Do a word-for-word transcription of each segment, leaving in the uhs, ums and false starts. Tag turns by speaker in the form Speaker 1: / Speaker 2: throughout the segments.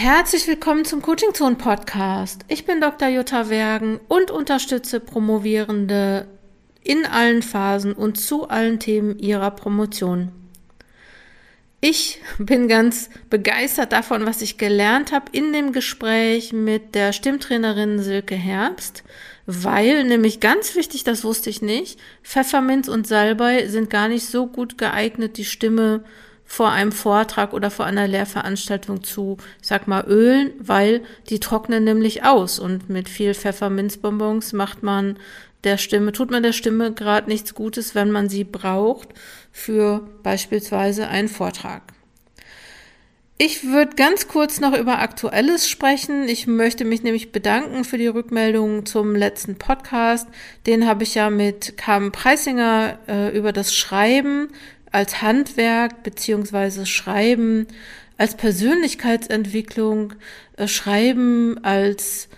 Speaker 1: Herzlich willkommen zum Coaching Zone Podcast. Ich bin Doktor Jutta Wergen und unterstütze Promovierende in allen Phasen und zu allen Themen ihrer Promotion. Ich bin ganz begeistert davon, was ich gelernt habe in dem Gespräch mit der Stimmtrainerin Silke Herbst, weil nämlich ganz wichtig, das wusste ich nicht, Pfefferminz und Salbei sind gar nicht so gut geeignet, die Stimme vor einem Vortrag oder vor einer Lehrveranstaltung zu, ich sag mal, ölen, weil die trocknen nämlich aus und mit viel Pfefferminzbonbons macht man der Stimme, tut man der Stimme gerade nichts Gutes, wenn man sie braucht für beispielsweise einen Vortrag. Ich würde ganz kurz noch über Aktuelles sprechen. Ich möchte mich nämlich bedanken für die Rückmeldung zum letzten Podcast. Den habe ich ja mit Carmen Preisinger äh, über das Schreiben als Handwerk beziehungsweise Schreiben als Persönlichkeitsentwicklung, äh, Schreiben als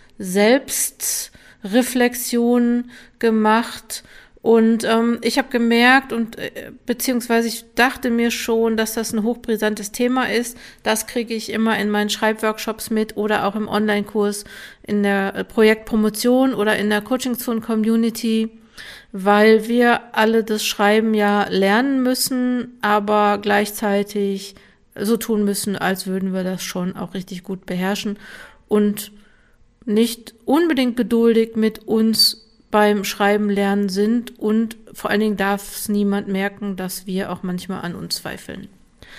Speaker 1: Selbstreflexion gemacht. Und ähm, ich habe gemerkt und äh, beziehungsweise ich dachte mir schon, dass das ein hochbrisantes Thema ist. Das kriege ich immer in meinen Schreibworkshops mit oder auch im Online-Kurs in der äh, Projektpromotion oder in der Coaching Zone Community, weil wir alle das Schreiben ja lernen müssen, aber gleichzeitig so tun müssen, als würden wir das schon auch richtig gut beherrschen und nicht unbedingt geduldig mit uns beim Schreiben lernen sind und vor allen Dingen darf es niemand merken, dass wir auch manchmal an uns zweifeln.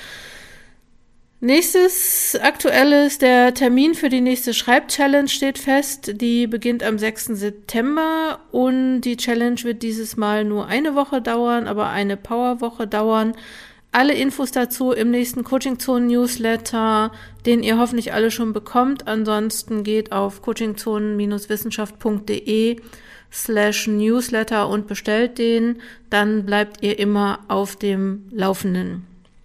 Speaker 1: Nächstes Aktuelles, der Termin für die nächste Schreib-Challenge steht fest. Die beginnt am sechsten September und die Challenge wird dieses Mal nur eine Woche dauern, aber eine Powerwoche dauern. Alle Infos dazu im nächsten Coaching Zone Newsletter, den ihr hoffentlich alle schon bekommt. Ansonsten geht auf coachingzonen-wissenschaft.de slash Newsletter und bestellt den. Dann bleibt ihr immer auf dem Laufenden.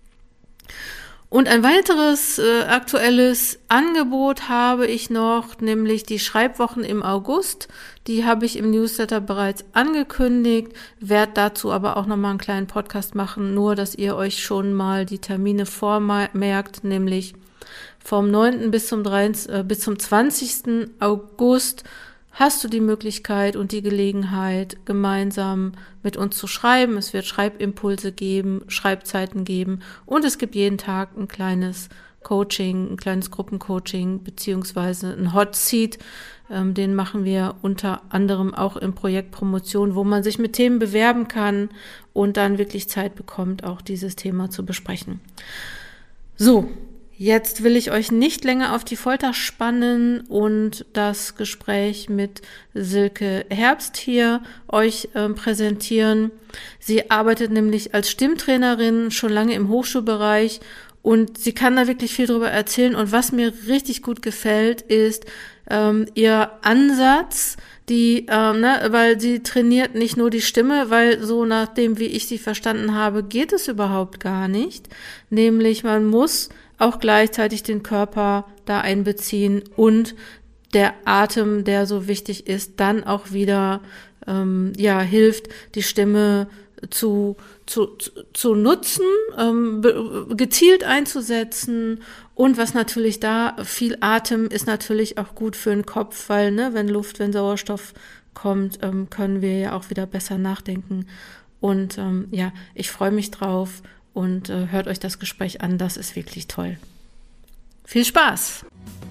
Speaker 1: Und ein weiteres äh, aktuelles Angebot habe ich noch, nämlich die Schreibwochen im August. Die habe ich im Newsletter bereits angekündigt, werde dazu aber auch nochmal einen kleinen Podcast machen, nur dass ihr euch schon mal die Termine vormerkt, nämlich vom neunten bis zum dreizehnten, äh, bis zum zwanzigsten August hast du die Möglichkeit und die Gelegenheit, gemeinsam mit uns zu schreiben. Es wird Schreibimpulse geben, Schreibzeiten geben und es gibt jeden Tag ein kleines Coaching, ein kleines Gruppencoaching beziehungsweise ein Hot Seat. Ähm, den machen wir unter anderem auch im Projekt Promotion, wo man sich mit Themen bewerben kann und dann wirklich Zeit bekommt, auch dieses Thema zu besprechen. So. Jetzt will ich euch nicht länger auf die Folter spannen und das Gespräch mit Silke Herbst hier euch äh, präsentieren. Sie arbeitet nämlich als Stimmtrainerin schon lange im Hochschulbereich und sie kann da wirklich viel drüber erzählen. Und was mir richtig gut gefällt, ist ähm, ihr Ansatz, die, ähm, ne, weil sie trainiert nicht nur die Stimme, weil so nach dem, wie ich sie verstanden habe, geht es überhaupt gar nicht. Nämlich man muss auch gleichzeitig den Körper da einbeziehen und der Atem, der so wichtig ist, dann auch wieder ähm, ja hilft, die Stimme zu zu zu, zu nutzen, ähm, be- gezielt einzusetzen und was natürlich da viel Atem ist natürlich auch gut für den Kopf, weil ne, wenn Luft, wenn Sauerstoff kommt, ähm, können wir ja auch wieder besser nachdenken und ähm, ja, ich freue mich drauf. Und äh, hört euch das Gespräch an, das ist wirklich toll. Viel Spaß!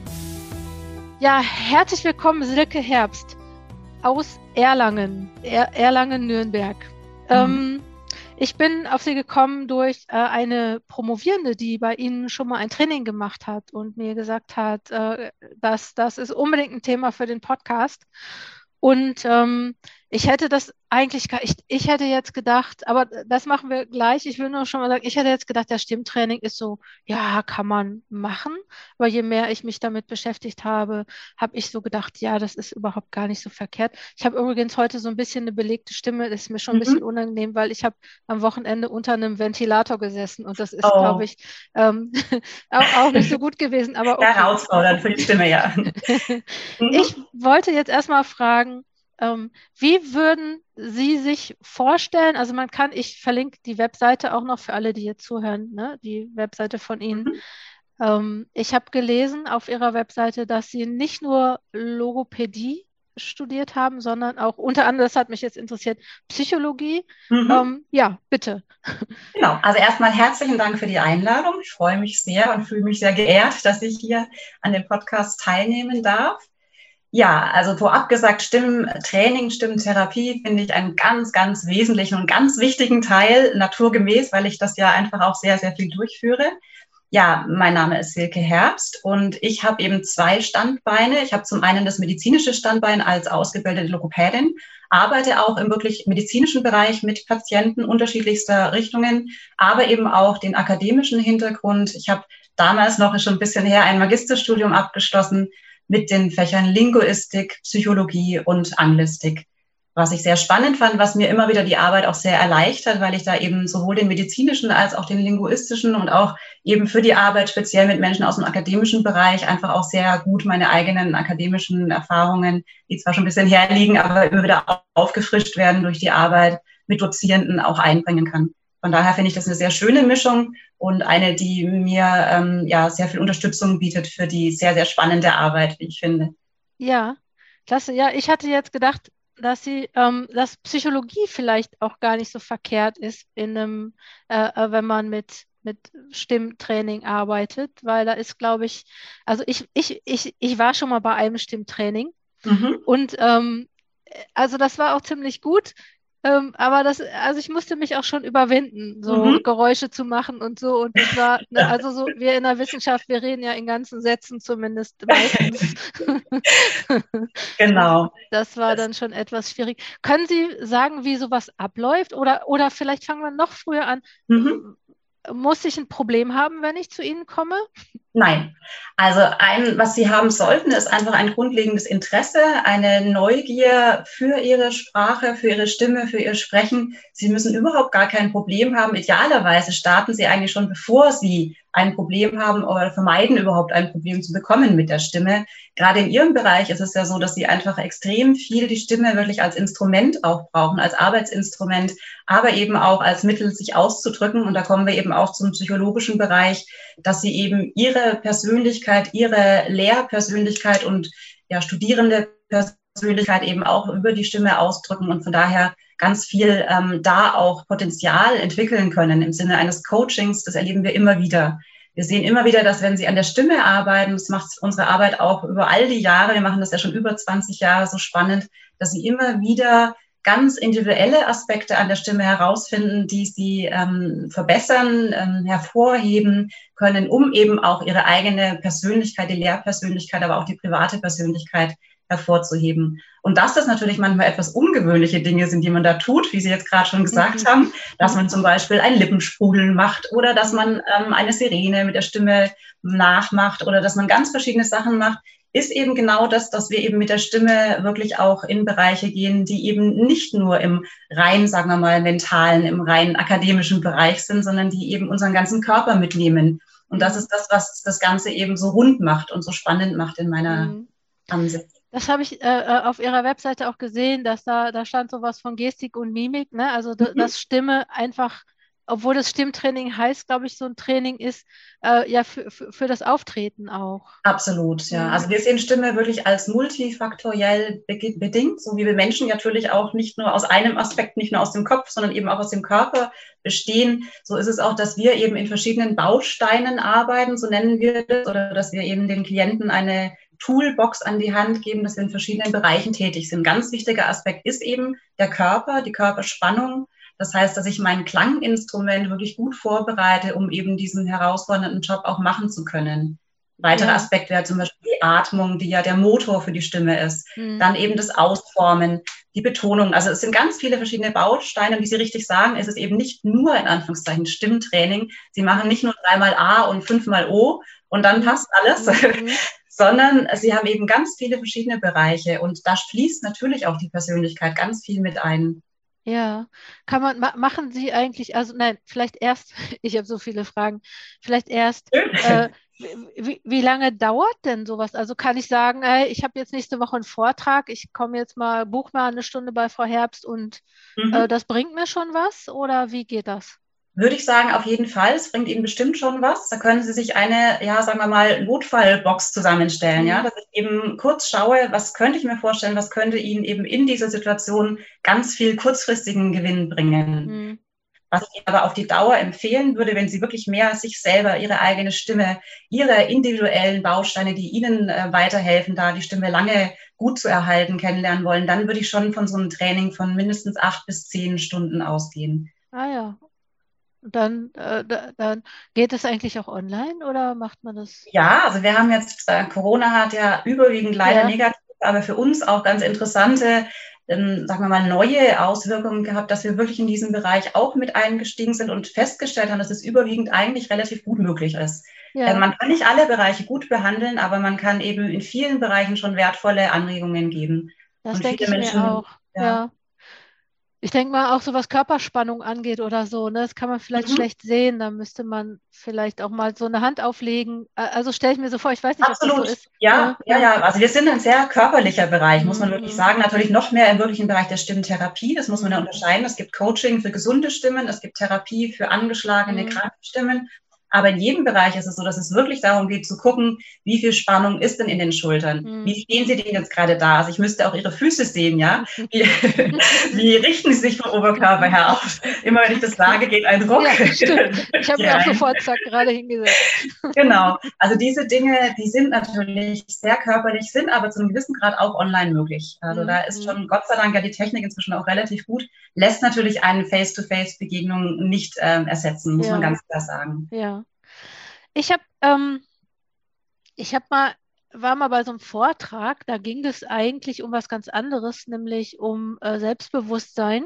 Speaker 1: Ja, herzlich willkommen, Silke Herbst aus Erlangen, er- Erlangen-Nürnberg. Mhm. Ähm, ich bin auf Sie gekommen durch äh, eine Promovierende, die bei Ihnen schon mal ein Training gemacht hat und mir gesagt hat, äh, dass das ist unbedingt ein Thema für den Podcast. Und ähm, ich hätte das eigentlich, gar- ich, ich hätte jetzt gedacht, aber das machen wir gleich. Ich will nur schon mal sagen, ich hätte jetzt gedacht, das Stimmtraining ist so, ja, kann man machen. Aber je mehr ich mich damit beschäftigt habe, habe ich so gedacht, ja, das ist überhaupt gar nicht so verkehrt. Ich habe übrigens heute so ein bisschen eine belegte Stimme. Das ist mir schon ein bisschen
Speaker 2: Mhm.
Speaker 1: unangenehm, weil ich habe am Wochenende unter einem Ventilator gesessen und das ist,
Speaker 2: Oh,
Speaker 1: glaube ich, ähm, auch, auch nicht so gut gewesen, aber okay.
Speaker 2: herausfordernd für die Stimme, ja.
Speaker 1: Ich
Speaker 2: Mhm.
Speaker 1: wollte jetzt erstmal fragen, ähm, wie würden Sie sich vorstellen, also man kann, ich verlinke die Webseite auch noch für alle, die jetzt zuhören, ne, die Webseite von Ihnen.
Speaker 2: Mhm. Ähm, ich habe gelesen auf Ihrer Webseite, dass Sie nicht nur Logopädie studiert haben, sondern auch unter anderem, das hat mich jetzt interessiert, Psychologie.
Speaker 3: Mhm.
Speaker 2: Ähm, ja, bitte.
Speaker 3: Genau, also erstmal herzlichen Dank für die Einladung. Ich freue mich sehr und fühle mich sehr geehrt, dass ich hier an dem Podcast teilnehmen darf. Ja, also vorab gesagt, Stimmtraining, Stimmtherapie finde ich einen ganz, ganz wesentlichen und ganz wichtigen Teil, naturgemäß, weil ich das ja einfach auch sehr, sehr viel durchführe. Ja, mein Name ist Silke Herbst und ich habe eben zwei Standbeine. Ich habe zum einen das medizinische Standbein als ausgebildete Logopädin, arbeite auch im wirklich medizinischen Bereich mit Patienten unterschiedlichster Richtungen, aber eben auch den akademischen Hintergrund. Ich habe damals noch schon ein bisschen her ein Magisterstudium abgeschlossen mit den Fächern Linguistik, Psychologie und Anglistik. Was ich sehr spannend fand, was mir immer wieder die Arbeit auch sehr erleichtert, weil ich da eben sowohl den medizinischen als auch den linguistischen und auch eben für die Arbeit speziell mit Menschen aus dem akademischen Bereich einfach auch sehr gut meine eigenen akademischen Erfahrungen, die zwar schon ein bisschen herliegen, aber immer wieder aufgefrischt werden durch die Arbeit mit Dozierenden auch einbringen kann. Von daher finde ich das eine sehr schöne Mischung und eine, die mir ähm, ja sehr viel Unterstützung bietet für die sehr, sehr spannende Arbeit, wie ich finde.
Speaker 2: Ja, klasse. Ja, ich hatte jetzt gedacht, dass Sie, ähm, dass Psychologie vielleicht auch gar nicht so verkehrt ist in einem, äh, äh, wenn man mit mit Stimmtraining arbeitet, weil da ist, glaube ich, also ich, ich, ich, ich war schon mal bei einem Stimmtraining
Speaker 3: Mhm.
Speaker 2: und ähm, also das war auch ziemlich gut. Ähm, aber das, also ich musste mich auch schon überwinden, so
Speaker 3: Mhm.
Speaker 2: Geräusche zu machen und so. Und das war, ne, also so, wir in der Wissenschaft, wir reden ja in ganzen Sätzen zumindest meistens. Und
Speaker 3: Genau.
Speaker 2: das war dann schon etwas schwierig. Können Sie sagen, wie sowas abläuft? Oder, oder vielleicht fangen wir noch früher an.
Speaker 3: Mhm.
Speaker 2: Muss ich ein Problem haben, wenn ich zu Ihnen komme?
Speaker 3: Nein. Also ein, was Sie haben sollten, ist einfach ein grundlegendes Interesse, eine Neugier für Ihre Sprache, für Ihre Stimme, für Ihr Sprechen. Sie müssen überhaupt gar kein Problem haben. Idealerweise starten Sie eigentlich schon, bevor Sie ein Problem haben oder vermeiden überhaupt ein Problem zu bekommen mit der Stimme. Gerade in Ihrem Bereich ist es ja so, dass Sie einfach extrem viel die Stimme wirklich als Instrument auch brauchen, als Arbeitsinstrument, aber eben auch als Mittel, sich auszudrücken. Und da kommen wir eben auch zum psychologischen Bereich, dass sie eben ihre Persönlichkeit, ihre Lehrpersönlichkeit und ja, studierende Persönlichkeit eben auch über die Stimme ausdrücken und von daher ganz viel ähm, da auch Potenzial entwickeln können im Sinne eines Coachings. Das erleben wir immer wieder. Wir sehen immer wieder, dass wenn Sie an der Stimme arbeiten, das macht unsere Arbeit auch über all die Jahre, wir machen das ja schon über zwanzig Jahre so spannend, dass Sie immer wieder ganz individuelle Aspekte an der Stimme herausfinden, die sie ähm, verbessern, ähm, hervorheben können, um eben auch ihre eigene Persönlichkeit, die Lehrpersönlichkeit, aber auch die private Persönlichkeit hervorzuheben. Und dass das natürlich manchmal etwas ungewöhnliche Dinge sind, die man da tut, wie Sie jetzt gerade schon gesagt
Speaker 2: Mhm.
Speaker 3: haben, dass man zum Beispiel ein Lippensprudeln macht oder dass man ähm, eine Sirene mit der Stimme nachmacht oder dass man ganz verschiedene Sachen macht, ist eben genau das, dass wir eben mit der Stimme wirklich auch in Bereiche gehen, die eben nicht nur im rein, sagen wir mal, mentalen, im rein akademischen Bereich sind, sondern die eben unseren ganzen Körper mitnehmen. Und das
Speaker 2: Mhm.
Speaker 3: ist das, was das Ganze eben so rund macht und so spannend macht in meiner
Speaker 2: Mhm.
Speaker 3: Ansicht.
Speaker 2: Das habe ich äh, äh, auf Ihrer Webseite auch gesehen, dass da, da stand sowas von Gestik und Mimik, ne? Also da,
Speaker 3: Mhm.
Speaker 2: dass Stimme einfach, obwohl das Stimmtraining heißt, glaube ich, so ein Training ist, äh, ja, für, für, für das Auftreten auch.
Speaker 3: Absolut, ja.
Speaker 2: Mhm.
Speaker 3: Also wir sehen Stimme wirklich als multifaktoriell be bedingt, so wie wir Menschen natürlich auch nicht nur aus einem Aspekt, nicht nur aus dem Kopf, sondern eben auch aus dem Körper bestehen. So ist es auch, dass wir eben in verschiedenen Bausteinen arbeiten, so nennen wir das, oder dass wir eben den Klienten eine Toolbox an die Hand geben, dass wir in verschiedenen Bereichen tätig sind. Ein ganz wichtiger Aspekt ist eben der Körper, die Körperspannung. Das heißt, dass ich mein Klanginstrument wirklich gut vorbereite, um eben diesen herausfordernden Job auch machen zu können. Weiterer
Speaker 2: Ja.
Speaker 3: Aspekt wäre zum Beispiel die Atmung, die ja der Motor für die Stimme ist.
Speaker 2: Mhm.
Speaker 3: Dann eben das Ausformen, die Betonung. Also es sind ganz viele verschiedene Bausteine. Und wie Sie richtig sagen, ist es eben nicht nur in Anführungszeichen Stimmtraining. Sie machen nicht nur dreimal A und fünfmal O und dann
Speaker 2: Mhm.
Speaker 3: passt alles,
Speaker 2: Mhm.
Speaker 3: sondern Sie haben eben ganz viele verschiedene Bereiche. Und da fließt natürlich auch die Persönlichkeit ganz viel mit ein.
Speaker 2: Ja. Kann man, ma machen Sie eigentlich, also nein, vielleicht erst, ich habe so viele Fragen, vielleicht erst, äh, wie, wie lange dauert denn sowas? Also kann ich sagen, ey, ich habe jetzt nächste Woche einen Vortrag, ich komme jetzt mal, buch mal eine Stunde bei Frau Herbst und äh,
Speaker 3: Mhm.
Speaker 2: das bringt mir schon was oder wie geht das?
Speaker 3: Würde ich sagen, auf jeden Fall. Es bringt Ihnen bestimmt schon was. Da können Sie sich eine, ja, sagen wir mal, Notfallbox zusammenstellen, mhm. ja, dass ich eben kurz schaue, was könnte ich mir vorstellen, was könnte Ihnen eben in dieser Situation ganz viel kurzfristigen Gewinn bringen. Mhm. Was ich aber auf die Dauer empfehlen würde, wenn Sie wirklich mehr sich selber, Ihre eigene Stimme, Ihre individuellen Bausteine, die Ihnen äh, weiterhelfen, da die Stimme lange gut zu erhalten, kennenlernen wollen, dann würde ich schon von so einem Training von mindestens acht bis zehn Stunden ausgehen.
Speaker 2: Ah ja. Dann, äh, dann geht es eigentlich auch online oder macht man das?
Speaker 3: Ja, also wir haben jetzt, äh, Corona hat ja überwiegend leider ja. negativ, aber für uns auch ganz interessante, ähm, sagen wir mal, neue Auswirkungen gehabt, dass wir wirklich in diesem Bereich auch mit eingestiegen sind und festgestellt haben, dass es überwiegend eigentlich relativ gut möglich ist. Ja. Äh, man kann nicht alle Bereiche gut behandeln, aber man kann eben in vielen Bereichen schon wertvolle Anregungen geben.
Speaker 2: Das denke ich Menschen, mir auch, ja. ja. Ich denke mal, auch so was Körperspannung angeht oder so, ne, das kann man vielleicht mhm. schlecht sehen, da müsste man vielleicht auch mal so eine Hand auflegen. Also stelle ich mir so vor, ich weiß nicht,
Speaker 3: Absolut.
Speaker 2: ob das so ist.
Speaker 3: Ja, ja, ja, also wir sind ein sehr körperlicher Bereich, muss man mhm. wirklich sagen. Natürlich noch mehr im wirklichen Bereich der Stimmtherapie, das muss man ja unterscheiden. Es gibt Coaching für gesunde Stimmen, es gibt Therapie für angeschlagene, mhm. kranke Stimmen. Aber in jedem Bereich ist es so, dass es wirklich darum geht zu gucken, wie viel Spannung ist denn in den Schultern? Mhm. Wie stehen sie denn jetzt gerade da? Also ich müsste auch ihre Füße sehen, ja? Wie, wie richten sie sich vom Oberkörper her auf? Immer wenn ich das sage, geht ein Ruck.
Speaker 2: Ja, stimmt. Ich habe mir auch sofort zack, gerade hingesetzt.
Speaker 3: Genau. Also diese Dinge, die sind natürlich sehr körperlich, sind aber zu einem gewissen Grad auch online möglich. Also mhm. da ist schon, Gott sei Dank, ja die Technik inzwischen auch relativ gut, lässt natürlich eine Face-to-Face-Begegnung nicht ähm, ersetzen, muss ja. man ganz klar sagen.
Speaker 2: Ja. Ich habe, ähm, ich habe mal, war mal bei so einem Vortrag, da ging es eigentlich um was ganz anderes, nämlich um äh, Selbstbewusstsein.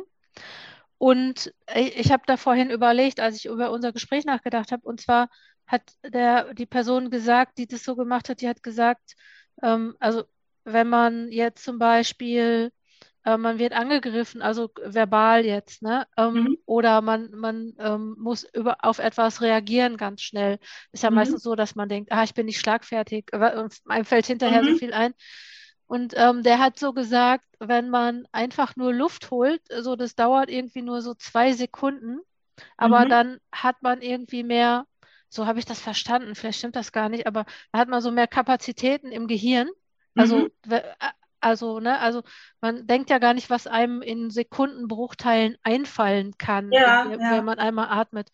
Speaker 2: Und ich habe da vorhin überlegt, als ich über unser Gespräch nachgedacht habe, und zwar hat der, die Person gesagt, die das so gemacht hat, die hat gesagt, ähm, also wenn man jetzt zum Beispiel man wird angegriffen, also verbal jetzt, ne? Ähm, mhm. Oder man, man ähm, muss über, auf etwas reagieren ganz schnell. Ist ja mhm. meistens so, dass man denkt, ah, ich bin nicht schlagfertig, einem fällt hinterher mhm. so viel ein. Und ähm, der hat so gesagt, wenn man einfach nur Luft holt, so das dauert irgendwie nur so zwei Sekunden, aber mhm. dann hat man irgendwie mehr, so habe ich das verstanden, vielleicht stimmt das gar nicht, aber da hat man so mehr Kapazitäten im Gehirn. Also mhm. Also, ne, also man denkt ja gar nicht, was einem in Sekundenbruchteilen einfallen kann,
Speaker 3: ja,
Speaker 2: wenn,
Speaker 3: ja.
Speaker 2: wenn man einmal atmet.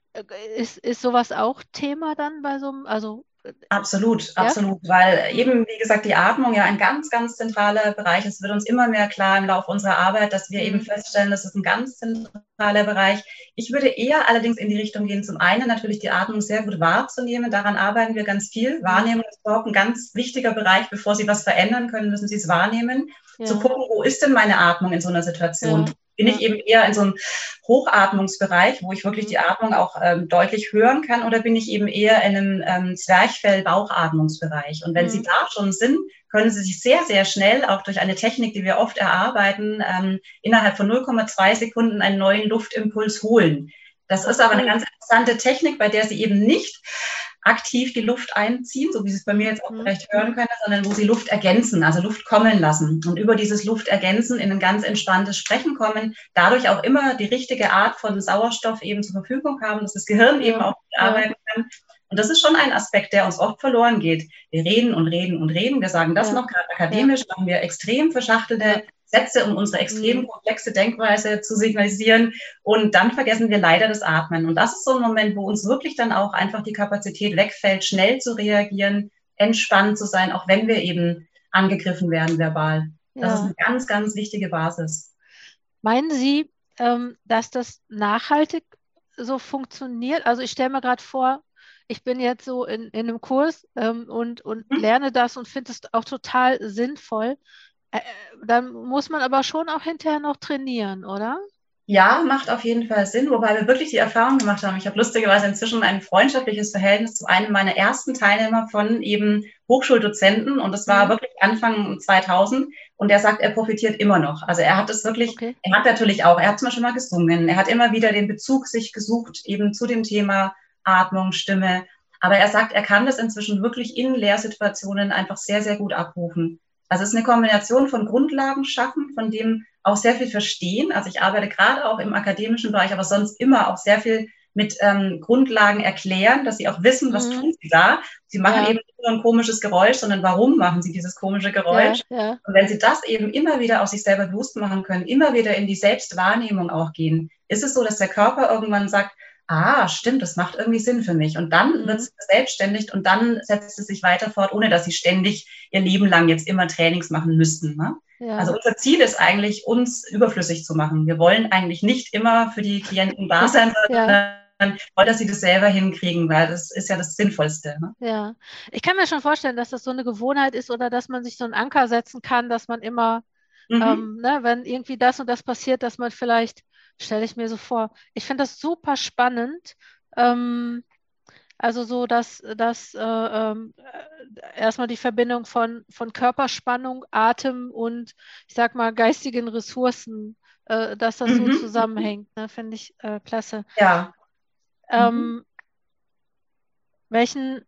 Speaker 2: Ist, ist sowas auch Thema dann bei so einem, also
Speaker 3: Absolut, ja? absolut, weil eben, wie gesagt, die Atmung ja ein ganz, ganz zentraler Bereich ist. Es wird uns immer mehr klar im Laufe unserer Arbeit, dass wir mhm. eben feststellen, das ist ein ganz zentraler Bereich. Ich würde eher allerdings in die Richtung gehen, zum einen natürlich die Atmung sehr gut wahrzunehmen. Daran arbeiten wir ganz viel. Wahrnehmung ist überhaupt ein ganz wichtiger Bereich. Bevor Sie was verändern können, müssen Sie es wahrnehmen. Ja. Zu gucken, wo ist denn meine Atmung in so einer Situation? Ja. Bin ich eben eher in so einem Hochatmungsbereich, wo ich wirklich die Atmung auch ähm, deutlich hören kann, oder bin ich eben eher in einem ähm, Zwerchfell-Bauchatmungsbereich? Und wenn mhm. Sie da schon sind, können Sie sich sehr, sehr schnell, auch durch eine Technik, die wir oft erarbeiten, ähm, innerhalb von null Komma zwei Sekunden einen neuen Luftimpuls holen. Das ist aber eine ganz interessante Technik, bei der Sie eben nicht aktiv die Luft einziehen, so wie Sie es bei mir jetzt auch vielleicht hören können, sondern wo Sie Luft ergänzen, also Luft kommen lassen und über dieses Luftergänzen in ein ganz entspanntes Sprechen kommen, dadurch auch immer die richtige Art von Sauerstoff eben zur Verfügung haben, dass das Gehirn eben auch arbeiten kann. Und das ist schon ein Aspekt, der uns oft verloren geht. Wir reden und reden und reden, wir sagen das ja. noch, gerade akademisch ja. machen wir extrem verschachtelte Sätze, um unsere extrem komplexe Denkweise zu signalisieren. Und dann vergessen wir leider das Atmen. Und das ist so ein Moment, wo uns wirklich dann auch einfach die Kapazität wegfällt, schnell zu reagieren, entspannt zu sein, auch wenn wir eben angegriffen werden verbal. Das ja. ist eine ganz, ganz wichtige Basis.
Speaker 2: Meinen Sie, ähm, dass das nachhaltig so funktioniert? Also ich stelle mir gerade vor, ich bin jetzt so in, in einem Kurs ähm, und, und mhm. lerne das und finde es auch total sinnvoll. Äh, dann muss man aber schon auch hinterher noch trainieren, oder?
Speaker 3: Ja, macht auf jeden Fall Sinn, wobei wir wirklich die Erfahrung gemacht haben. Ich habe lustigerweise inzwischen ein freundschaftliches Verhältnis zu einem meiner ersten Teilnehmer von eben Hochschuldozenten, und das war mhm. wirklich Anfang zweitausend, und er sagt, er profitiert immer noch. Also er hat es wirklich, okay. er hat natürlich auch, er hat zum Beispiel mal gesungen, er hat immer wieder den Bezug sich gesucht eben zu dem Thema Atmung, Stimme, aber er sagt, er kann das inzwischen wirklich in Lehrsituationen einfach sehr, sehr gut abrufen. Also es ist eine Kombination von Grundlagen schaffen, von dem auch sehr viel verstehen. Also ich arbeite gerade auch im akademischen Bereich, aber sonst immer auch sehr viel mit ähm, Grundlagen erklären, dass sie auch wissen, was
Speaker 2: Mhm.
Speaker 3: tun sie da. Sie machen
Speaker 2: Ja.
Speaker 3: eben nicht nur ein komisches Geräusch, sondern warum machen sie dieses komische Geräusch?
Speaker 2: Ja, ja.
Speaker 3: Und wenn sie das eben immer wieder aus sich selber bewusst machen können, immer wieder in die Selbstwahrnehmung auch gehen, ist es so, dass der Körper irgendwann sagt, ah, stimmt, das macht irgendwie Sinn für mich. Und dann
Speaker 2: Mhm.
Speaker 3: wird sie selbstständig und dann setzt es sich weiter fort, ohne dass sie ständig ihr Leben lang jetzt immer Trainings machen müssten. Ne?
Speaker 2: Ja.
Speaker 3: Also unser Ziel ist eigentlich, uns überflüssig zu machen. Wir wollen eigentlich nicht immer für die Klienten da sein, sondern
Speaker 2: Ja.
Speaker 3: wollen, dass sie das selber hinkriegen, weil das ist ja das Sinnvollste. Ne?
Speaker 2: Ja. Ich kann mir schon vorstellen, dass das so eine Gewohnheit ist oder dass man sich so einen Anker setzen kann, dass man immer,
Speaker 3: Mhm.
Speaker 2: ähm, ne, wenn irgendwie das und das passiert, dass man vielleicht, stelle ich mir so vor, ich finde das super spannend. Ähm, also so, dass, dass äh, ähm, äh, erstmal die Verbindung von, von Körperspannung, Atem und ich sag mal geistigen Ressourcen, äh, dass das so
Speaker 3: Mhm.
Speaker 2: zusammenhängt, ne, finde ich äh, klasse.
Speaker 3: Ja.
Speaker 2: Ähm,
Speaker 3: Mhm.
Speaker 2: welchen,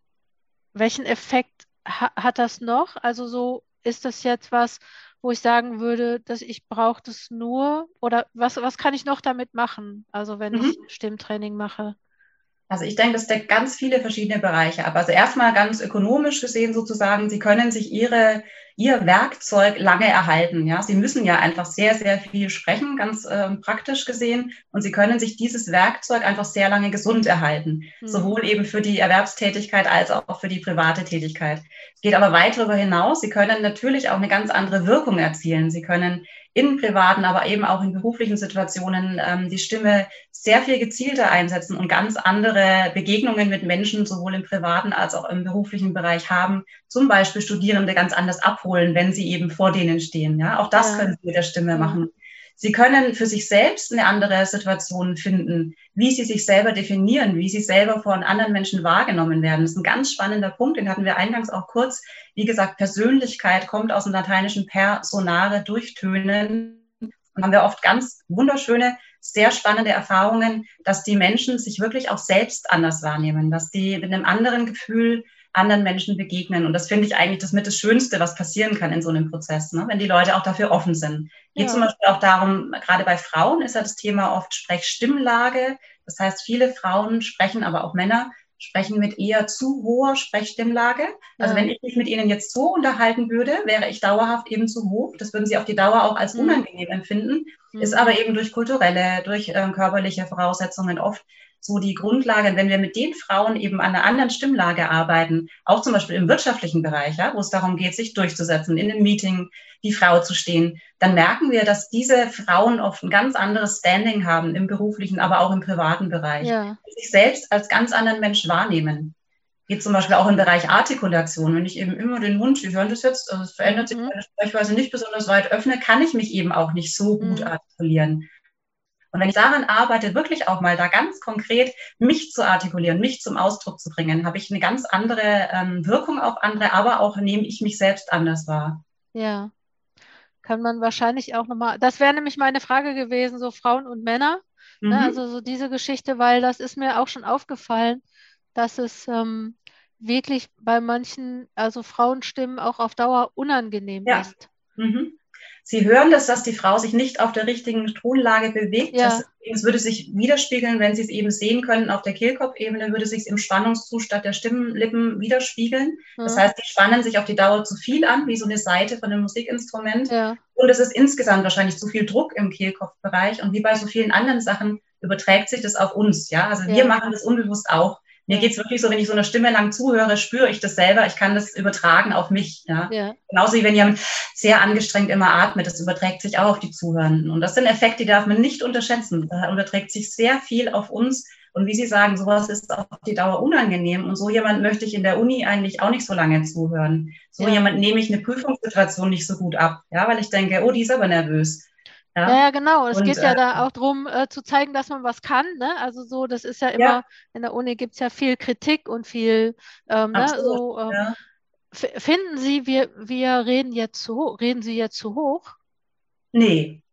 Speaker 2: welchen Effekt ha hat das noch? Also so, ist das jetzt was, wo ich sagen würde, dass ich brauche das nur oder was, was kann ich noch damit machen? Also wenn
Speaker 3: Mhm.
Speaker 2: ich Stimmtraining mache.
Speaker 3: Also ich denke, das deckt ganz viele verschiedene Bereiche ab. Also erstmal ganz ökonomisch gesehen sozusagen, Sie können sich Ihre, Ihr Werkzeug lange erhalten. Ja, Sie müssen ja einfach sehr, sehr viel sprechen, ganz äh, praktisch gesehen. Und Sie können sich dieses Werkzeug einfach sehr lange gesund erhalten.
Speaker 2: Mhm.
Speaker 3: Sowohl eben für die Erwerbstätigkeit als auch für die private Tätigkeit. Es geht aber weit darüber hinaus. Sie können natürlich auch eine ganz andere Wirkung erzielen. Sie können in privaten, aber eben auch in beruflichen Situationen ähm, die Stimme sehr viel gezielter einsetzen und ganz andere Begegnungen mit Menschen sowohl im privaten als auch im beruflichen Bereich haben. Zum Beispiel Studierende ganz anders abholen, wenn sie eben vor denen stehen. Ja, auch das
Speaker 2: Ja.
Speaker 3: können sie mit der Stimme
Speaker 2: Ja.
Speaker 3: machen. Sie können für sich selbst eine andere Situation finden, wie sie sich selber definieren, wie sie selber von anderen Menschen wahrgenommen werden. Das ist ein ganz spannender Punkt, den hatten wir eingangs auch kurz. Wie gesagt, Persönlichkeit kommt aus dem lateinischen personare, durchtönen. Und haben wir oft ganz wunderschöne, sehr spannende Erfahrungen, dass die Menschen sich wirklich auch selbst anders wahrnehmen, dass die mit einem anderen Gefühl anderen Menschen begegnen. Und das finde ich eigentlich das mit das Schönste, was passieren kann in so einem Prozess, ne? Wenn die Leute auch dafür offen sind. Geht
Speaker 2: Ja.
Speaker 3: zum Beispiel auch darum, gerade bei Frauen ist ja das Thema oft Sprechstimmlage. Das heißt, viele Frauen sprechen, aber auch Männer, sprechen mit eher zu hoher Sprechstimmlage. Also
Speaker 2: Ja.
Speaker 3: wenn ich mich mit Ihnen jetzt so unterhalten würde, wäre ich dauerhaft eben zu hoch. Das würden Sie auf die Dauer auch als
Speaker 2: Mhm.
Speaker 3: unangenehm empfinden,
Speaker 2: Mhm.
Speaker 3: ist aber eben durch kulturelle, durch äh, körperliche Voraussetzungen oft so die Grundlage. Wenn wir mit den Frauen eben an einer anderen Stimmlage arbeiten, auch zum Beispiel im wirtschaftlichen Bereich, ja, wo es darum geht, sich durchzusetzen, in einem Meeting die Frau zu stehen, dann merken wir, dass diese Frauen oft ein ganz anderes Standing haben im beruflichen, aber auch im privaten Bereich.
Speaker 2: Ja.
Speaker 3: Sich selbst als ganz anderen Mensch wahrnehmen. Geht zum Beispiel auch im Bereich Artikulation. Wenn ich eben immer den Mund, Sie hören das jetzt, also es verändert sich
Speaker 2: Mhm.
Speaker 3: meine Sprechweise nicht besonders weit öffne, kann ich mich eben auch nicht so gut
Speaker 2: Mhm.
Speaker 3: artikulieren. Und wenn ich daran arbeite, wirklich auch mal da ganz konkret mich zu artikulieren, mich zum Ausdruck zu bringen, habe ich eine ganz andere ähm, Wirkung auf andere, aber auch nehme ich mich selbst anders wahr.
Speaker 2: Ja. Kann man wahrscheinlich auch nochmal, das wäre nämlich meine Frage gewesen, so Frauen und Männer, ne,
Speaker 3: Mhm.
Speaker 2: also so diese Geschichte, weil das ist mir auch schon aufgefallen, dass es ähm, wirklich bei manchen, also Frauenstimmen auch auf Dauer unangenehm
Speaker 3: Ja.
Speaker 2: ist.
Speaker 3: Mhm. Sie hören das, dass die Frau sich nicht auf der richtigen Tonlage bewegt.
Speaker 2: Ja.
Speaker 3: Das, das würde sich widerspiegeln, wenn Sie es eben sehen können, auf der Kehlkopfebene würde sich es im Spannungszustand der Stimmlippen widerspiegeln. Das
Speaker 2: Mhm.
Speaker 3: heißt, die spannen sich auf die Dauer zu viel an, wie so eine Saite von einem Musikinstrument.
Speaker 2: Ja.
Speaker 3: Und es ist insgesamt wahrscheinlich zu viel Druck im Kehlkopfbereich. Und wie bei so vielen anderen Sachen überträgt sich das auf uns. Ja, also
Speaker 2: Ja.
Speaker 3: wir machen das unbewusst auch. Mir
Speaker 2: Ja.
Speaker 3: geht's wirklich so, wenn ich so einer Stimme lang zuhöre, spüre ich das selber. Ich kann das übertragen auf mich. Ja?
Speaker 2: Ja.
Speaker 3: Genauso wie wenn jemand sehr angestrengt immer atmet, das überträgt sich auch auf die Zuhörenden. Und das sind Effekte, die darf man nicht unterschätzen. Da überträgt sich sehr viel auf uns. Und wie Sie sagen, sowas ist auf die Dauer unangenehm. Und so jemand möchte ich in der Uni eigentlich auch nicht so lange zuhören. So
Speaker 2: Ja.
Speaker 3: jemand nehme ich eine Prüfungssituation nicht so gut ab. Ja, weil ich denke, oh, die ist aber nervös.
Speaker 2: Ja,
Speaker 3: Ja,
Speaker 2: ja, genau. Es
Speaker 3: und
Speaker 2: geht ja
Speaker 3: äh,
Speaker 2: da auch darum, äh, zu zeigen, dass man was kann, ne? Also so, das ist ja immer,
Speaker 3: ja,
Speaker 2: in der Uni gibt es ja viel Kritik und viel, ähm, ne?
Speaker 3: absolut.
Speaker 2: So, ähm,
Speaker 3: Ja.
Speaker 2: f- finden Sie, wir, wir reden jetzt zu hoch, reden Sie jetzt zu hoch?
Speaker 3: Nee.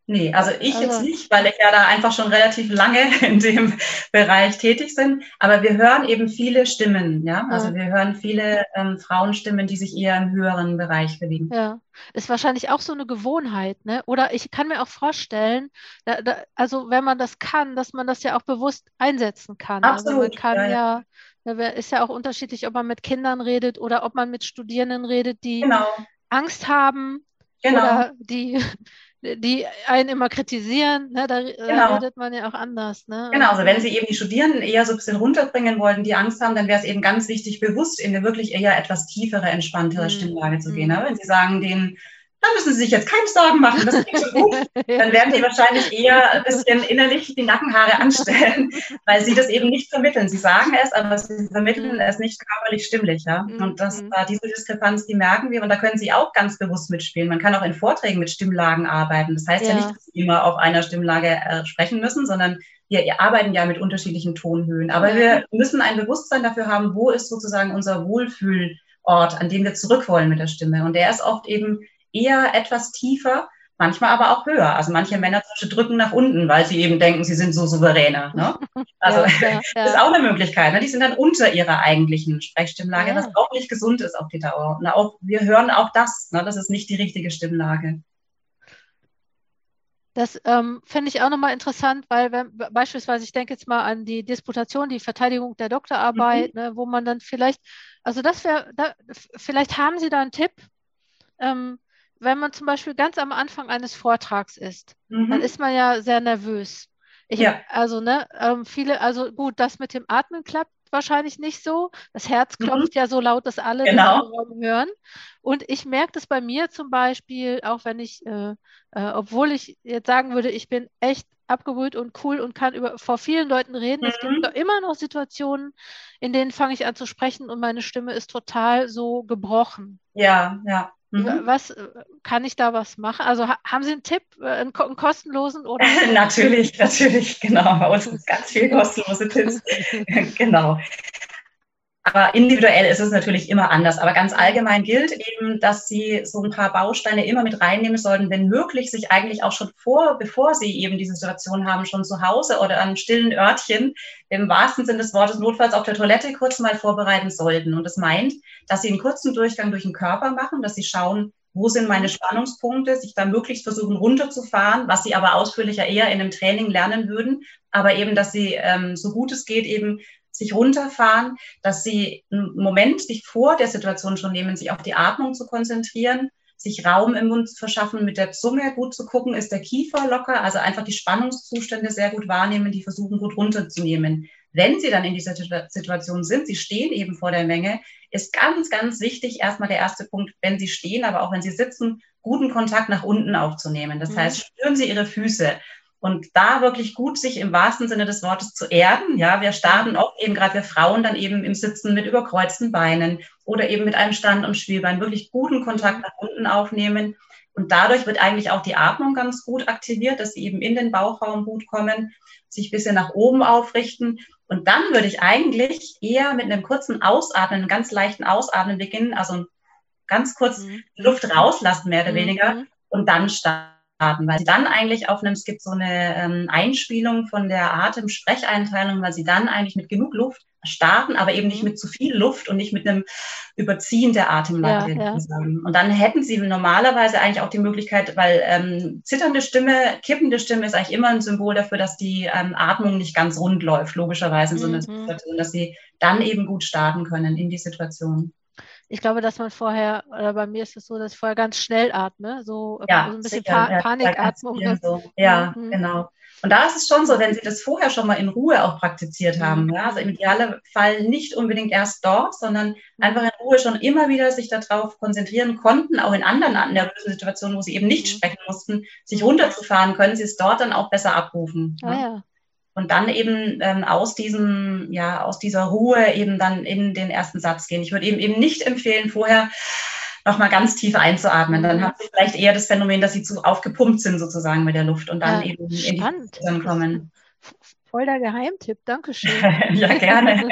Speaker 3: Nee, also ich
Speaker 2: Also-
Speaker 3: jetzt nicht, weil ich ja da einfach schon relativ lange in dem Bereich tätig bin. Aber wir hören eben viele Stimmen, ja. Also
Speaker 2: Ja.
Speaker 3: wir hören viele ähm, Frauenstimmen, die sich eher im höheren Bereich bewegen.
Speaker 2: Ja, ist wahrscheinlich auch so eine Gewohnheit, ne? Oder ich kann mir auch vorstellen, da, da, also wenn man das kann, dass man das ja auch bewusst einsetzen kann. Also man
Speaker 3: Absolut,
Speaker 2: kann
Speaker 3: ja, ja.
Speaker 2: ja, da wär- ist ja auch unterschiedlich, ob man mit Kindern redet oder ob man mit Studierenden redet, die
Speaker 3: Genau,
Speaker 2: Angst haben
Speaker 3: genau,
Speaker 2: oder die, die einen immer kritisieren, ne? Da, da
Speaker 3: genau.
Speaker 2: redet man ja auch anders, ne?
Speaker 3: Genau,
Speaker 2: Und-
Speaker 3: also wenn Sie eben die Studierenden eher so ein bisschen runterbringen wollen, die Angst haben, dann wäre es eben ganz wichtig, bewusst in eine wirklich eher etwas tiefere, entspanntere
Speaker 2: Mm,
Speaker 3: Stimmlage zu
Speaker 2: mm.
Speaker 3: gehen. Aber wenn Sie sagen, denen, da müssen Sie sich jetzt keine Sorgen machen, das geht schon gut, dann werden die wahrscheinlich eher ein bisschen innerlich die Nackenhaare anstellen, weil sie das eben nicht vermitteln. Sie sagen es, aber sie vermitteln
Speaker 2: Mm.
Speaker 3: es nicht körperlich stimmlich. Ja?
Speaker 2: Mm,
Speaker 3: Und das,
Speaker 2: mm.
Speaker 3: da diese Diskrepanz, die merken wir und da können Sie auch ganz bewusst mitspielen. Man kann auch in Vorträgen mit Stimmlagen arbeiten. Das heißt ja,
Speaker 2: Ja.
Speaker 3: nicht, dass Sie immer auf einer Stimmlage äh, sprechen müssen, sondern wir arbeiten ja mit unterschiedlichen Tonhöhen. Aber
Speaker 2: Ja.
Speaker 3: wir müssen ein Bewusstsein dafür haben, wo ist sozusagen unser Wohlfühlort, an dem wir zurück wollen mit der Stimme. Und der ist oft eben eher etwas tiefer, manchmal aber auch höher. Also manche Männer zum Beispiel drücken nach unten, weil sie eben denken, sie sind so souveräner. Ne? Also
Speaker 2: Ja, ja,
Speaker 3: das ist
Speaker 2: ja.
Speaker 3: auch eine Möglichkeit. Ne? Die sind dann unter ihrer eigentlichen Sprechstimmlage,
Speaker 2: Ja.
Speaker 3: was auch nicht gesund ist auf die Dauer. Und auch, wir hören auch das. Ne? Das ist nicht die richtige Stimmlage.
Speaker 2: Das ähm, finde ich auch nochmal interessant, weil wenn, beispielsweise, ich denke jetzt mal an die Disputation, die Verteidigung der Doktorarbeit, ne, wo man dann vielleicht, also das wäre, da, f- vielleicht haben Sie da einen Tipp, ähm, wenn man zum Beispiel ganz am Anfang eines Vortrags ist, dann
Speaker 3: Mhm.
Speaker 2: ist man ja sehr nervös. Ich,
Speaker 3: Ja.
Speaker 2: Also, ne, ähm, viele, also gut, das mit dem Atmen klappt wahrscheinlich nicht so. Das Herz
Speaker 3: Mhm.
Speaker 2: klopft ja so laut, dass alle
Speaker 3: Genau.
Speaker 2: das im Raum hören. Und ich merke das bei mir zum Beispiel, auch wenn ich, äh, äh, obwohl ich jetzt sagen würde, ich bin echt abgebrüht und cool und kann über, vor vielen Leuten reden. Es gibt
Speaker 3: Mhm.
Speaker 2: doch immer noch Situationen, in denen fange ich an zu sprechen und meine Stimme ist total so gebrochen.
Speaker 3: Ja, ja.
Speaker 2: Wa-
Speaker 3: Mhm.
Speaker 2: Was äh, kann ich da was machen? Also ha haben Sie einen Tipp, äh, einen, ko- einen kostenlosen oder?
Speaker 3: Natürlich, natürlich, genau. Bei uns gibt es ganz viele kostenlose Tipps. Genau. Aber individuell ist es natürlich immer anders. Aber ganz allgemein gilt eben, dass Sie so ein paar Bausteine immer mit reinnehmen sollten, wenn möglich, sich eigentlich auch schon vor, bevor Sie eben diese Situation haben, schon zu Hause oder an einem stillen Örtchen, im wahrsten Sinne des Wortes, notfalls auf der Toilette kurz mal vorbereiten sollten. Und das meint, dass Sie einen kurzen Durchgang durch den Körper machen, dass Sie schauen, wo sind meine Spannungspunkte, sich da möglichst versuchen runterzufahren, was Sie aber ausführlicher eher in einem Training lernen würden. Aber eben, dass Sie, ähm, so gut es geht, eben sich runterfahren, dass Sie einen Moment sich vor der Situation schon nehmen, sich auf die Atmung zu konzentrieren, sich Raum im Mund verschaffen, mit der Zunge gut zu gucken, ist der Kiefer locker, also einfach die Spannungszustände sehr gut wahrnehmen, die versuchen gut runterzunehmen. Wenn Sie dann in dieser Situation sind, Sie stehen eben vor der Menge, ist ganz, ganz wichtig, erstmal der erste Punkt, wenn Sie stehen, aber auch wenn Sie sitzen, guten Kontakt nach unten aufzunehmen. Das
Speaker 2: Mhm.
Speaker 3: heißt, spüren Sie Ihre Füße. Und da wirklich gut sich im wahrsten Sinne des Wortes zu erden. Ja, wir starten oft eben, gerade wir Frauen, dann eben im Sitzen mit überkreuzten Beinen oder eben mit einem Stand- und Schwellbein wirklich guten Kontakt nach unten aufnehmen. Und dadurch wird eigentlich auch die Atmung ganz gut aktiviert, dass sie eben in den Bauchraum gut kommen, sich ein bisschen nach oben aufrichten. Und dann würde ich eigentlich eher mit einem kurzen Ausatmen, einem ganz leichten Ausatmen beginnen, also ganz kurz
Speaker 2: Mhm.
Speaker 3: Luft rauslassen, mehr oder
Speaker 2: Mhm.
Speaker 3: weniger, und dann starten. Weil sie dann eigentlich auf einem, es gibt so eine ähm, Einspielung von der Atem-Sprecheinteilung, weil sie dann eigentlich mit genug Luft starten, aber eben nicht mit zu viel Luft und nicht mit einem Überziehen der Atemlage.
Speaker 2: Ja, ja.
Speaker 3: Und dann hätten sie normalerweise eigentlich auch die Möglichkeit, weil ähm, zitternde Stimme, kippende Stimme ist eigentlich immer ein Symbol dafür, dass die ähm, Atmung nicht ganz rund läuft, logischerweise in so einer
Speaker 2: Mhm.
Speaker 3: Situation, dass sie dann eben gut starten können in die Situation.
Speaker 2: Ich glaube, dass man vorher, oder bei mir ist es so, dass ich vorher ganz schnell atme, so,
Speaker 3: Ja,
Speaker 2: so ein bisschen
Speaker 3: sicher.
Speaker 2: pa
Speaker 3: Ja,
Speaker 2: Panikatmung.
Speaker 3: ganz viel so. Ja,
Speaker 2: Mhm.
Speaker 3: genau. Und da ist es schon so, wenn Sie das vorher schon mal in Ruhe auch praktiziert haben,
Speaker 2: Mhm.
Speaker 3: ja, also im Idealfall nicht unbedingt erst dort, sondern einfach in Ruhe schon immer wieder sich darauf konzentrieren konnten, auch in anderen nervösen Situationen, wo Sie eben nicht
Speaker 2: Mhm.
Speaker 3: sprechen mussten, sich runterzufahren, können Sie es dort dann auch besser abrufen.
Speaker 2: Ah,
Speaker 3: Ja.
Speaker 2: ja.
Speaker 3: Und dann eben ähm, aus diesem, ja, aus dieser Ruhe eben dann in den ersten Satz gehen. Ich würde eben eben nicht empfehlen, vorher nochmal ganz tief einzuatmen. Dann
Speaker 2: Mhm.
Speaker 3: haben Sie vielleicht eher das Phänomen, dass Sie zu aufgepumpt sind sozusagen mit der Luft und dann
Speaker 2: Ja,
Speaker 3: eben in die
Speaker 2: spannend.
Speaker 3: Situation kommen.
Speaker 2: Voll der Geheimtipp, Dankeschön.
Speaker 3: Ja, gerne.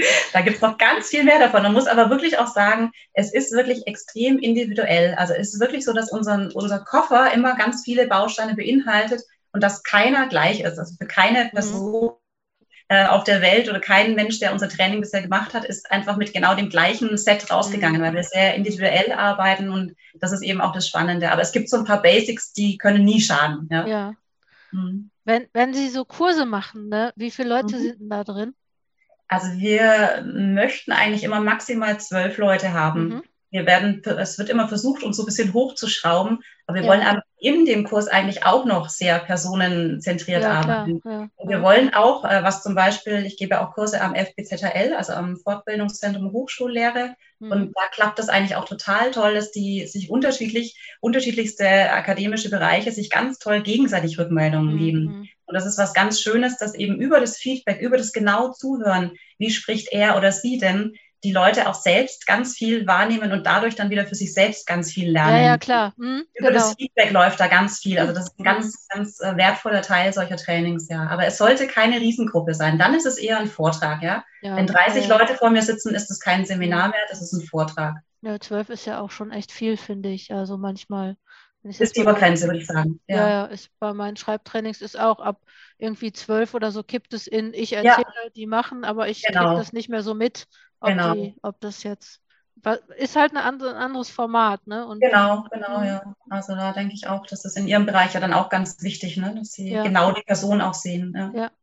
Speaker 3: Da gibt es noch ganz viel mehr davon. Man muss aber wirklich auch sagen, es ist wirklich extrem individuell. Also es ist wirklich so, dass unser, unser Koffer immer ganz viele Bausteine beinhaltet und dass keiner gleich ist. Also für keine Person äh, auf der Welt oder kein Mensch, der unser Training bisher gemacht hat, ist einfach mit genau dem gleichen Set rausgegangen, mhm. weil wir sehr individuell arbeiten und das ist eben auch das Spannende. Aber es gibt so ein paar Basics, die können nie schaden. Ja.
Speaker 2: ja. Mhm. Wenn, wenn Sie so Kurse machen, ne, wie viele Leute mhm. sind denn da drin?
Speaker 3: Also wir möchten eigentlich immer maximal zwölf Leute haben. Mhm. Wir werden, es wird immer versucht, uns so ein bisschen hochzuschrauben, aber wir ja. wollen aber in dem Kurs eigentlich auch noch sehr personenzentriert ja, arbeiten. Ja, und wir ja. wollen auch, was zum Beispiel, ich gebe auch Kurse am F B Z H L, also am Fortbildungszentrum Hochschullehre, mhm. und da klappt das eigentlich auch total toll, dass die sich unterschiedlich, unterschiedlichste akademische Bereiche sich ganz toll gegenseitig Rückmeldungen mhm. geben. Und das ist was ganz Schönes, dass eben über das Feedback, über das genau Zuhören, wie spricht er oder sie denn, die Leute auch selbst ganz viel wahrnehmen und dadurch dann wieder für sich selbst ganz viel lernen.
Speaker 2: Ja, ja, klar. Hm,
Speaker 3: Über genau. das Feedback läuft da ganz viel. Also das ist ein ganz, ganz wertvoller Teil solcher Trainings, ja. Aber es sollte keine Riesengruppe sein. Dann ist es eher ein Vortrag, ja. ja Wenn dreißig ja. Leute vor mir sitzen, ist es kein Seminar mehr, das ist ein Vortrag.
Speaker 2: Ja, zwölf ist ja auch schon echt viel, finde ich. Also manchmal...
Speaker 3: Ist die Obergrenze, würde ich sagen.
Speaker 2: Ja, ja, ja ist bei meinen Schreibtrainings ist auch ab irgendwie zwölf oder so kippt es in, ich erzähle, ja. die machen, aber ich genau. kriege das nicht mehr so mit, ob, genau. die, ob das jetzt, ist halt eine andere, ein anderes Format, ne? Und,
Speaker 3: genau, genau, ja. Also da denke ich auch, dass das in Ihrem Bereich ja dann auch ganz wichtig, ne? Dass Sie ja. genau die Person auch sehen. Ja,
Speaker 2: ja.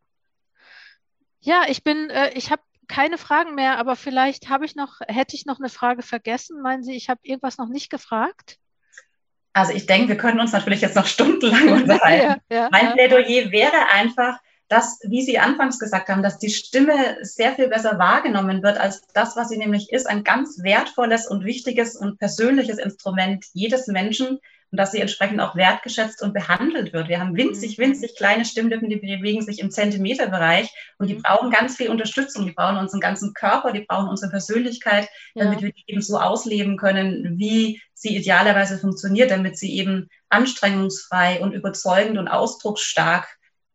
Speaker 2: ja ich bin, äh, ich habe keine Fragen mehr, aber vielleicht habe ich noch, hätte ich noch eine Frage vergessen. Meinen Sie, ich habe irgendwas noch nicht gefragt?
Speaker 3: Also ich denke, wir können uns natürlich jetzt noch stundenlang unterhalten. ja, ja, mein Plädoyer ja. wäre einfach, dass, wie Sie anfangs gesagt haben, dass die Stimme sehr viel besser wahrgenommen wird als das, was sie nämlich ist, ein ganz wertvolles und wichtiges und persönliches Instrument jedes Menschen und dass sie entsprechend auch wertgeschätzt und behandelt wird. Wir haben winzig, winzig kleine Stimmlippen, die bewegen sich im Zentimeterbereich und die brauchen ganz viel Unterstützung, die brauchen unseren ganzen Körper, die brauchen unsere Persönlichkeit, damit ja. wir die eben so ausleben können, wie sie idealerweise funktioniert, damit sie eben anstrengungsfrei und überzeugend und ausdrucksstark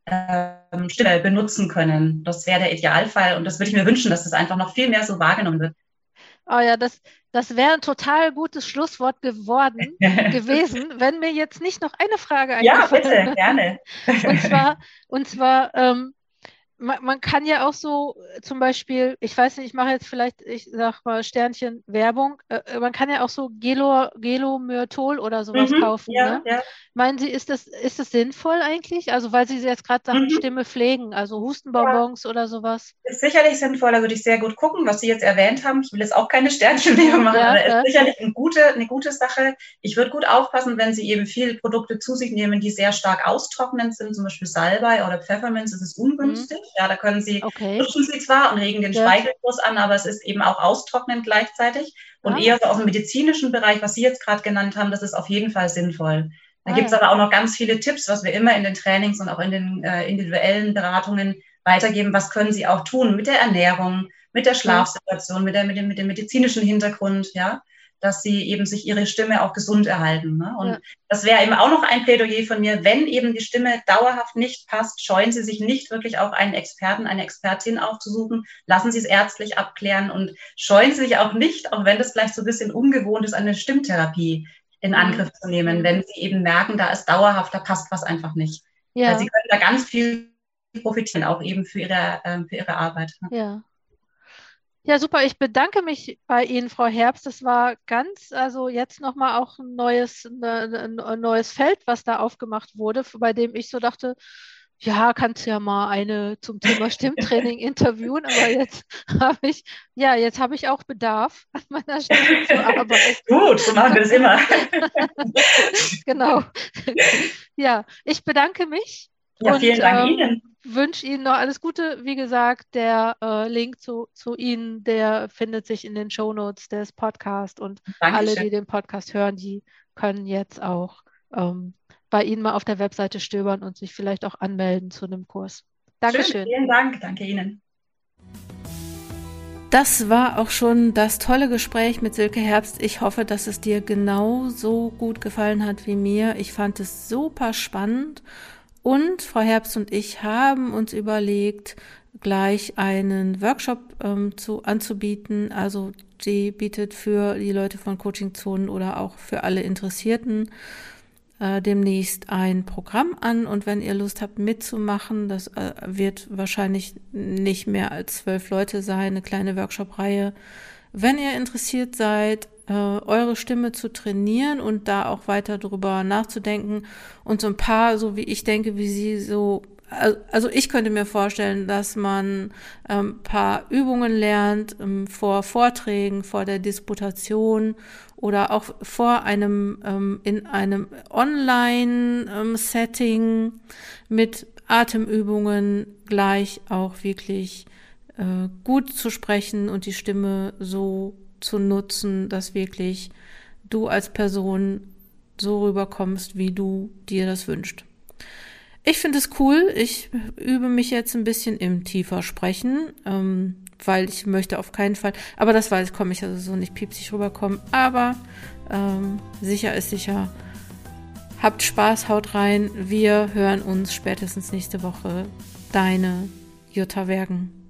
Speaker 3: ähm, Stimme benutzen können. Das wäre der Idealfall und das würde ich mir wünschen, dass das einfach noch viel mehr so wahrgenommen wird.
Speaker 2: Oh ja, das, das wäre ein total gutes Schlusswort geworden, gewesen, wenn mir jetzt nicht noch eine Frage eingefallen wäre.
Speaker 3: Ja, bitte, gerne.
Speaker 2: Und zwar, und zwar ähm, man, man kann ja auch so zum Beispiel, ich weiß nicht, ich mache jetzt vielleicht, ich sag mal Sternchen Werbung, äh, man kann ja auch so Gelo, Gelomyrtol oder sowas mhm, kaufen. Ja, ne? ja. Meinen Sie, ist das, ist das sinnvoll eigentlich? Also weil Sie jetzt gerade sagen, mhm. Stimme pflegen, also Hustenbonbons ja. oder sowas?
Speaker 3: Ist sicherlich sinnvoll, da würde ich sehr gut gucken, was Sie jetzt erwähnt haben. Ich will jetzt auch keine Sternchenwerbung machen, ja, aber ja. ist sicherlich eine gute, eine gute Sache. Ich würde gut aufpassen, wenn Sie eben viele Produkte zu sich nehmen, die sehr stark austrocknend sind, zum Beispiel Salbei oder Pfefferminz, das ist ungünstig. Mhm. Ja, da können Sie, okay. lutschen Sie zwar und regen den ja. Speichelfluss an, aber es ist eben auch austrocknend gleichzeitig. Und ah. eher so aus dem medizinischen Bereich, was Sie jetzt gerade genannt haben, das ist auf jeden Fall sinnvoll. Da ah, gibt es ja. aber auch noch ganz viele Tipps, was wir immer in den Trainings und auch in den äh, individuellen Beratungen weitergeben. Was können Sie auch tun mit der Ernährung, mit der Schlafsituation, mit, der, mit, dem, mit dem medizinischen Hintergrund, ja, dass Sie eben sich Ihre Stimme auch gesund erhalten. Ne? Und ja. das wäre eben auch noch ein Plädoyer von mir, wenn eben die Stimme dauerhaft nicht passt, scheuen Sie sich nicht wirklich auch einen Experten, eine Expertin aufzusuchen, lassen Sie es ärztlich abklären und scheuen Sie sich auch nicht, auch wenn das vielleicht so ein bisschen ungewohnt ist, eine Stimmtherapie in Angriff zu nehmen, wenn Sie eben merken, da ist dauerhaft, da passt was einfach nicht. Ja. Also Sie können da ganz viel profitieren, auch eben für Ihre, äh, für Ihre Arbeit. Ne?
Speaker 2: Ja. Ja, super. Ich bedanke mich bei Ihnen, Frau Herbst. Das war ganz, also jetzt nochmal auch ein neues, ein, ein neues Feld, was da aufgemacht wurde, bei dem ich so dachte, ja, kannst ja mal eine zum Thema Stimmtraining interviewen, aber jetzt habe ich, ja, jetzt habe ich auch Bedarf, an meiner Stimme zu arbeiten.
Speaker 3: Gut, so machen wir das immer.
Speaker 2: Genau. Ja, ich bedanke mich.
Speaker 3: Ja, vielen
Speaker 2: und,
Speaker 3: Dank
Speaker 2: ähm,
Speaker 3: Ihnen.
Speaker 2: Wünsche Ihnen noch alles Gute. Wie gesagt, der äh, Link zu, zu Ihnen, der findet sich in den Shownotes des Podcasts und Dankeschön. Alle, die den Podcast hören, die können jetzt auch ähm, bei Ihnen mal auf der Webseite stöbern und sich vielleicht auch anmelden zu einem Kurs. Dankeschön.
Speaker 3: Schön, vielen Dank. Danke Ihnen.
Speaker 1: Das war auch schon das tolle Gespräch mit Silke Herbst. Ich hoffe, dass es dir genauso gut gefallen hat wie mir. Ich fand es super spannend. Und Frau Herbst und ich haben uns überlegt, gleich einen Workshop ähm, zu, anzubieten. Also die bietet für die Leute von Coaching Zonen oder auch für alle Interessierten äh, demnächst ein Programm an. Und wenn ihr Lust habt mitzumachen, das äh, wird wahrscheinlich nicht mehr als zwölf Leute sein, eine kleine Workshop-Reihe. Wenn ihr interessiert seid, äh, eure Stimme zu trainieren und da auch weiter drüber nachzudenken und so ein paar, so wie ich denke, wie sie so, also ich könnte mir vorstellen, dass man ein ähm, paar Übungen lernt ähm, vor Vorträgen, vor der Disputation oder auch vor einem, ähm, in einem Online-Setting mit Atemübungen gleich auch wirklich äh, gut zu sprechen und die Stimme so zu nutzen, dass wirklich du als Person so rüberkommst, wie du dir das wünschst. Ich finde es cool. Ich übe mich jetzt ein bisschen im tiefer Sprechen, ähm, weil ich möchte auf keinen Fall, aber das weiß ich, komme ich also so nicht piepsig rüberkommen, aber ähm, sicher ist sicher. Habt Spaß, haut rein. Wir hören uns spätestens nächste Woche. Deine Jutta Wergen.